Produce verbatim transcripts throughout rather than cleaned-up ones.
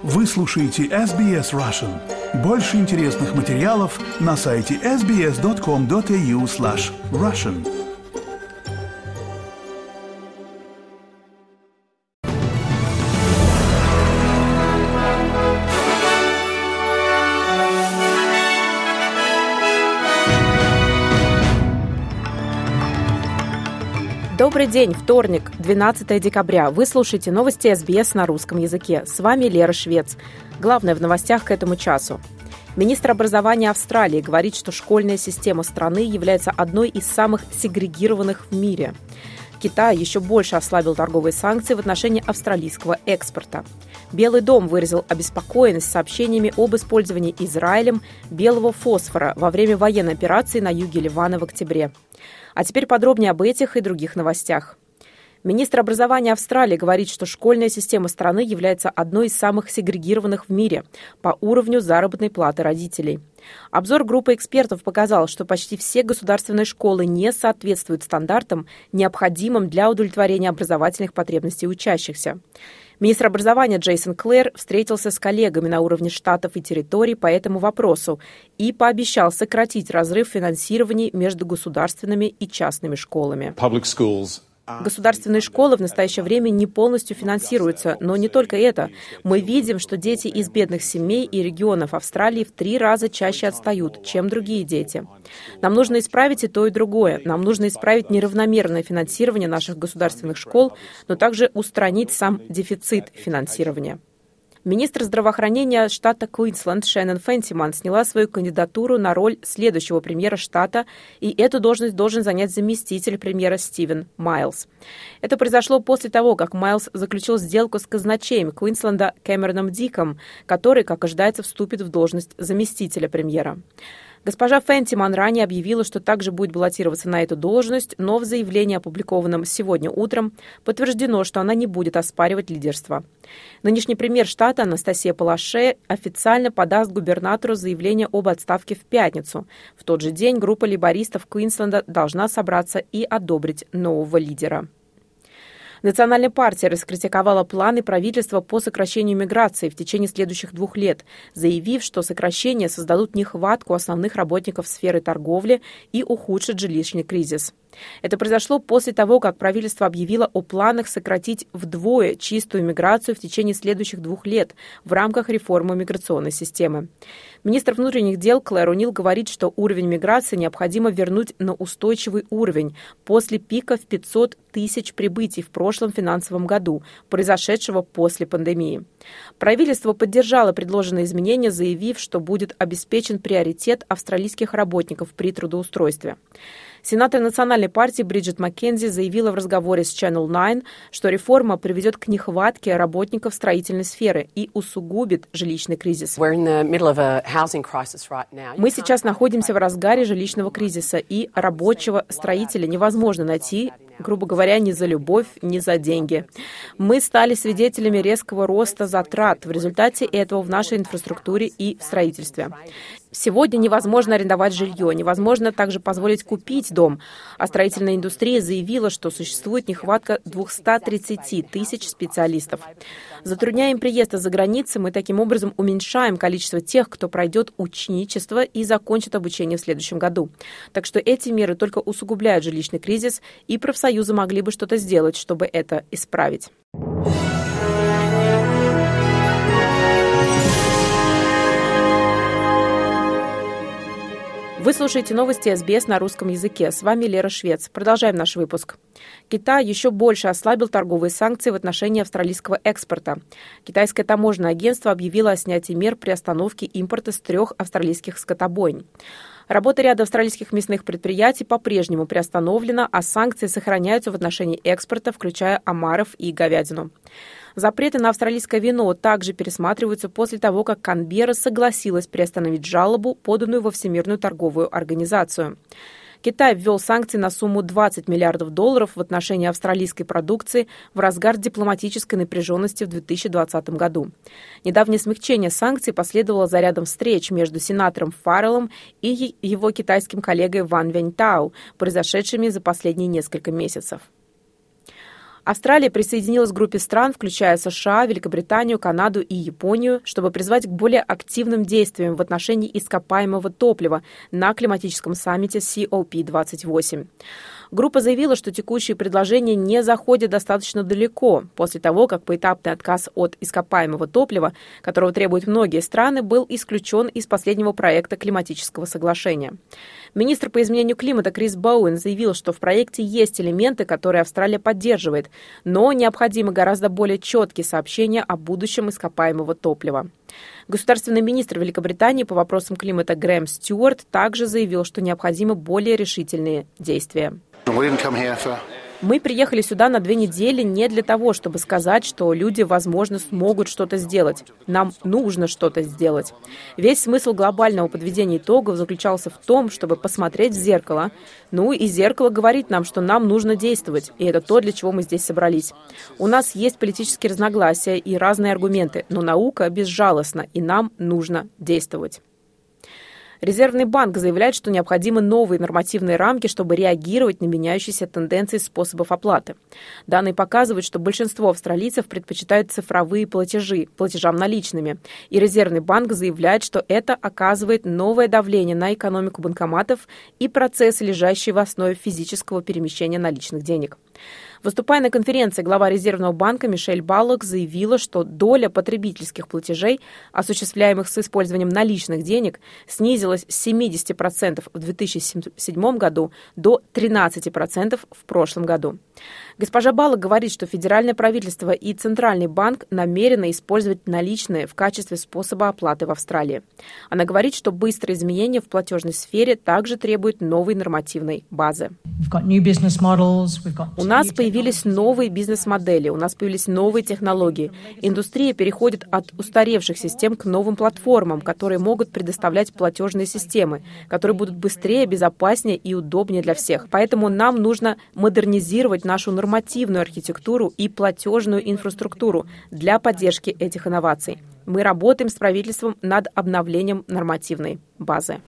Вы слушаете эс би эс Russian. Больше интересных материалов на сайте эс би эс точка ком точка эй ю слэш Russian. Добрый день, вторник, двенадцатое декабря. Вы слушаете новости эс би эс на русском языке. С вами Лера Швец. Главное в новостях к этому часу. Министр образования Австралии говорит, что школьная система страны является одной из самых сегрегированных в мире. Китай еще больше ослабил торговые санкции в отношении австралийского экспорта. Белый дом выразил обеспокоенность сообщениями об использовании Израилем белого фосфора во время военной операции на юге Ливана в октябре. А теперь подробнее об этих и других новостях. Министр образования Австралии говорит, что школьная система страны является одной из самых сегрегированных в мире по уровню заработной платы родителей. Обзор группы экспертов показал, что почти все государственные школы не соответствуют стандартам, необходимым для удовлетворения образовательных потребностей учащихся. Министр образования Джейсон Клэр встретился с коллегами на уровне штатов и территорий по этому вопросу и пообещал сократить разрыв финансирования между государственными и частными школами. Государственные школы в настоящее время не полностью финансируются, но не только это. Мы видим, что дети из бедных семей и регионов Австралии в три раза чаще отстают, чем другие дети. Нам нужно исправить и то, и другое. Нам нужно исправить неравномерное финансирование наших государственных школ, но также устранить сам дефицит финансирования. Министр здравоохранения штата Квинсленд Шеннон Фентиман сняла свою кандидатуру на роль следующего премьера штата, и эту должность должен занять заместитель премьера Стивен Майлз. Это произошло после того, как Майлз заключил сделку с казначеем Квинсленда Кэмероном Диком, который, как ожидается, вступит в должность заместителя премьера. Госпожа Фентиман ранее объявила, что также будет баллотироваться на эту должность, но в заявлении, опубликованном сегодня утром, подтверждено, что она не будет оспаривать лидерство. Нынешний премьер штата Анастасия Палаше официально подаст губернатору заявление об отставке в пятницу. В тот же день группа лейбористов Квинсленда должна собраться и одобрить нового лидера. Национальная партия раскритиковала планы правительства по сокращению миграции в течение следующих двух лет, заявив, что сокращения создадут нехватку основных работников сферы торговли и ухудшат жилищный кризис. Это произошло после того, как правительство объявило о планах сократить вдвое чистую миграцию в течение следующих двух лет в рамках реформы миграционной системы. Министр внутренних дел Клэр О'Нил говорит, что уровень миграции необходимо вернуть на устойчивый уровень после пика в пятьсот тысяч прибытий в прошлом финансовом году, произошедшего после пандемии. Правительство поддержало предложенные изменения, заявив, что будет обеспечен приоритет австралийских работников при трудоустройстве. Сенатор Национальной партии Бриджит Маккензи заявила в разговоре с Channel девять, что реформа приведет к нехватке работников строительной сферы и усугубит жилищный кризис. Мы сейчас находимся в разгаре жилищного кризиса, и рабочего строителя невозможно найти, грубо говоря, ни за любовь, ни за деньги. Мы стали свидетелями резкого роста затрат в результате этого в нашей инфраструктуре и в строительстве. Сегодня невозможно арендовать жилье, невозможно также позволить купить дом. А строительная индустрия заявила, что существует нехватка двести тридцать тысяч специалистов. Затрудняя им приезд из-за границы, мы таким образом уменьшаем количество тех, кто пройдет ученичество и закончит обучение в следующем году. Так что эти меры только усугубляют жилищный кризис, и профсоюзы могли бы что-то сделать, чтобы это исправить. Вы слушаете новости эс би эс на русском языке. С вами Лера Швец. Продолжаем наш выпуск. Китай еще больше ослабил торговые санкции в отношении австралийского экспорта. Китайское таможенное агентство объявило о снятии мер при остановке импорта с трех австралийских скотобойн. Работа ряда австралийских мясных предприятий по-прежнему приостановлена, а санкции сохраняются в отношении экспорта, включая омаров и говядину. Запреты на австралийское вино также пересматриваются после того, как Канберра согласилась приостановить жалобу, поданную во Всемирную торговую организацию. Китай ввел санкции на сумму двадцать миллиардов долларов в отношении австралийской продукции в разгар дипломатической напряженности в две тысячи двадцатом году. Недавнее смягчение санкций последовало за рядом встреч между сенатором Фарреллом и его китайским коллегой Ван Вэньтау, произошедшими за последние несколько месяцев. Австралия присоединилась к группе стран, включая США, Великобританию, Канаду и Японию, чтобы призвать к более активным действиям в отношении ископаемого топлива на климатическом саммите си о пи двадцать восемь. Группа заявила, что текущие предложения не заходят достаточно далеко после того, как поэтапный отказ от ископаемого топлива, которого требуют многие страны, был исключен из последнего проекта климатического соглашения. Министр по изменению климата Крис Боуэн заявил, что в проекте есть элементы, которые Австралия поддерживает, но необходимы гораздо более четкие сообщения о будущем ископаемого топлива. Государственный министр Великобритании по вопросам климата Грэм Стюарт также заявил, что необходимы более решительные действия. Мы приехали сюда на две недели не для того, чтобы сказать, что люди, возможно, смогут что-то сделать. Нам нужно что-то сделать. Весь смысл глобального подведения итогов заключался в том, чтобы посмотреть в зеркало. Ну и зеркало говорит нам, что нам нужно действовать. И это то, для чего мы здесь собрались. У нас есть политические разногласия и разные аргументы, но наука безжалостна, и нам нужно действовать. Резервный банк заявляет, что необходимы новые нормативные рамки, чтобы реагировать на меняющиеся тенденции способов оплаты. Данные показывают, что большинство австралийцев предпочитают цифровые платежи, платежам наличными. И Резервный банк заявляет, что это оказывает новое давление на экономику банкоматов и процессы, лежащие в основе физического перемещения наличных денег. Выступая на конференции, глава Резервного банка Мишель Баллок заявила, что доля потребительских платежей, осуществляемых с использованием наличных денег, снизилась с семидесяти процентов в две тысячи седьмом году до тринадцати процентов в прошлом году. Госпожа Баллок говорит, что федеральное правительство и Центральный банк намерены использовать наличные в качестве способа оплаты в Австралии. Она говорит, что быстрые изменения в платежной сфере также требуют новой нормативной базы. У нас появились новые бизнес-модели, у нас появились новые технологии. Индустрия переходит от устаревших систем к новым платформам, которые могут предоставлять платежные системы, которые будут быстрее, безопаснее и удобнее для всех. Поэтому нам нужно модернизировать нашу нормативную архитектуру и платежную инфраструктуру для поддержки этих инноваций. Мы работаем с правительством над обновлением нормативной базы.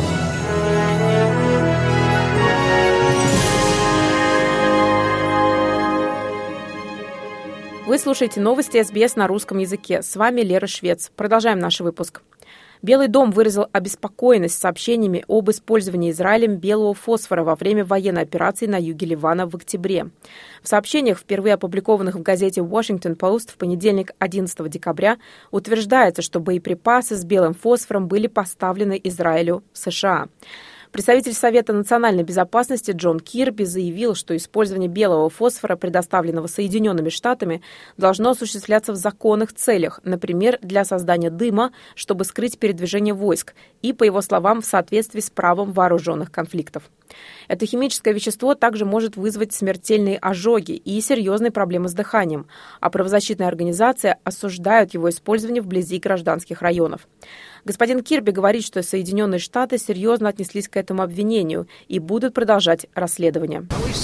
Вы слушаете новости эс би эс на русском языке. С вами Лера Швец. Продолжаем наш выпуск. Белый дом выразил обеспокоенность сообщениями об использовании Израилем белого фосфора во время военной операции на юге Ливана в октябре. В сообщениях, впервые опубликованных в газете Washington Post в понедельник, одиннадцатого декабря, утверждается, что боеприпасы с белым фосфором были поставлены Израилю в США. Представитель Совета национальной безопасности Джон Кирби заявил, что использование белого фосфора, предоставленного Соединенными Штатами, должно осуществляться в законных целях, например, для создания дыма, чтобы скрыть передвижение войск, и, по его словам, в соответствии с правом вооруженных конфликтов. Это химическое вещество также может вызвать смертельные ожоги и серьезные проблемы с дыханием, а правозащитные организации осуждают его использование вблизи гражданских районов. Господин Кирби говорит, что Соединенные Штаты серьезно отнеслись к этому обвинению и будут продолжать расследование.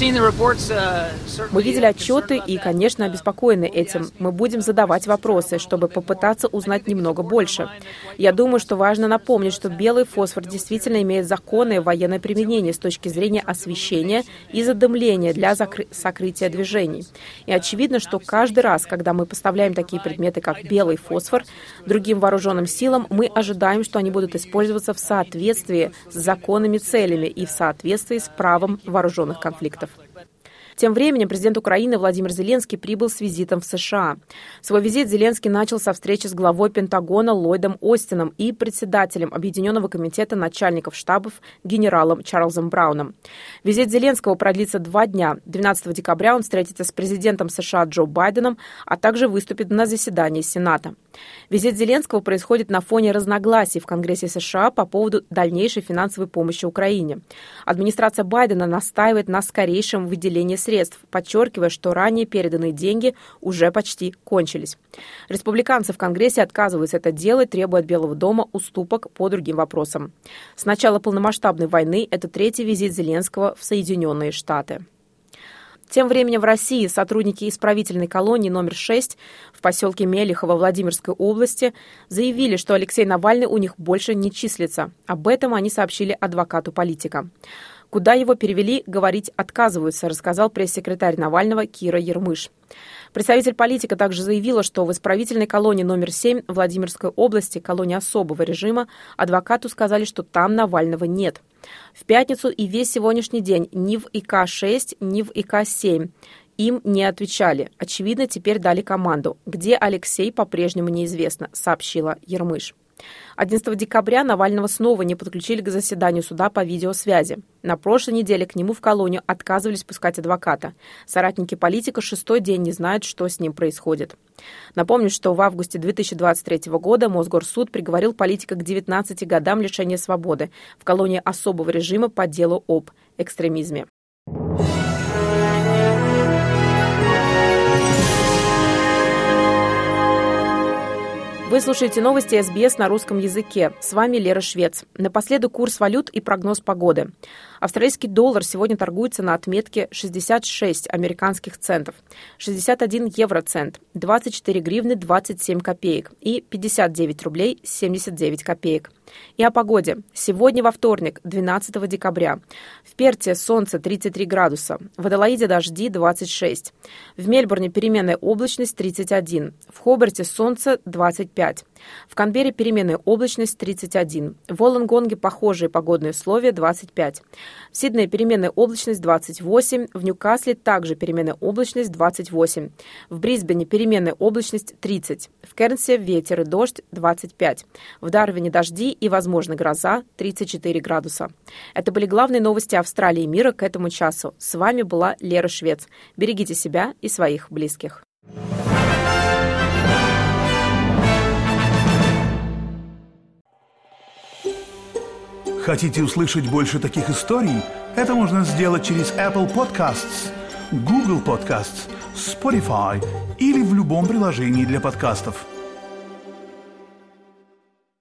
Мы видели отчеты и, конечно, обеспокоены этим. Мы будем задавать вопросы, чтобы попытаться узнать немного больше. Я думаю, что важно напомнить, что белый фосфор действительно имеет законное военное применение с точки зрения освещения и задымления для закры- сокрытия движений. И очевидно, что каждый раз, когда мы поставляем такие предметы, как белый фосфор, другим вооруженным силам, мы ожидаем, ожидаем, что они будут использоваться в соответствии с законными целями и в соответствии с правом вооруженных конфликтов. Тем временем президент Украины Владимир Зеленский прибыл с визитом в США. Свой визит Зеленский начал со встречи с главой Пентагона Ллойдом Остином и председателем Объединенного комитета начальников штабов генералом Чарльзом Брауном. Визит Зеленского продлится два дня. двенадцатого декабря он встретится с президентом США Джо Байденом, а также выступит на заседании Сената. Визит Зеленского происходит на фоне разногласий в Конгрессе США по поводу дальнейшей финансовой помощи Украине. Администрация Байдена настаивает на скорейшем выделении средств, подчеркивая, что ранее переданные деньги уже почти кончились. Республиканцы в Конгрессе отказываются это делать, требуя от Белого дома уступок по другим вопросам. С начала полномасштабной войны это третий визит Зеленского в Соединенные Штаты. Тем временем в России сотрудники исправительной колонии номер шесть в поселке Мелихово Владимирской области заявили, что Алексей Навальный у них больше не числится. Об этом они сообщили адвокату политика. Куда его перевели, говорить отказываются, рассказал пресс-секретарь Навального Кира Ермыш. Представитель политика также заявила, что в исправительной колонии номер семь Владимирской области, колонии особого режима, адвокату сказали, что там Навального нет. В пятницу и весь сегодняшний день ни в И К шесть, ни в И К семь им не отвечали. Очевидно, теперь дали команду. Где Алексей, по-прежнему неизвестно, сообщила Ермыш. одиннадцатого декабря Навального снова не подключили к заседанию суда по видеосвязи. На прошлой неделе к нему в колонию отказывались пускать адвоката. Соратники политика шестой день не знают, что с ним происходит. Напомню, что в августе две тысячи двадцать третьего года Мосгорсуд приговорил политика к девятнадцати годам лишения свободы в колонии особого режима по делу об экстремизме. Вы слушаете новости эс би эс на русском языке. С вами Лера Швец. Напоследок курс валют и прогноз погоды. Австралийский доллар сегодня торгуется на отметке шестьдесят шесть американских центов, шестьдесят один евроцент, двадцать четыре гривны двадцать семь копеек и пятьдесят девять рублей семьдесят девять копеек. И о погоде. Сегодня во вторник, двенадцатого декабря. В Перте солнце тридцать три градуса, в Аделаиде дожди двадцать шесть, в Мельбурне переменная облачность тридцать один, в Хобарте солнце двадцать пять, в Канберре переменная облачность тридцать один, в Волонгонге похожие погодные условия двадцать пять, в Сиднее переменная облачность двадцать восемь, в Ньюкасле также переменная облачность двадцать восемь, в Брисбене переменная облачность тридцать, в Кернсе ветер и дождь двадцать пять, в Дарвине дожди и, возможно, гроза тридцать четыре градуса. Это были главные новости Австралии и мира к этому часу. С вами была Лера Швец. Берегите себя и своих близких. Хотите услышать больше таких историй? Это можно сделать через Apple Podcasts, Google Podcasts, Spotify или в любом приложении для подкастов.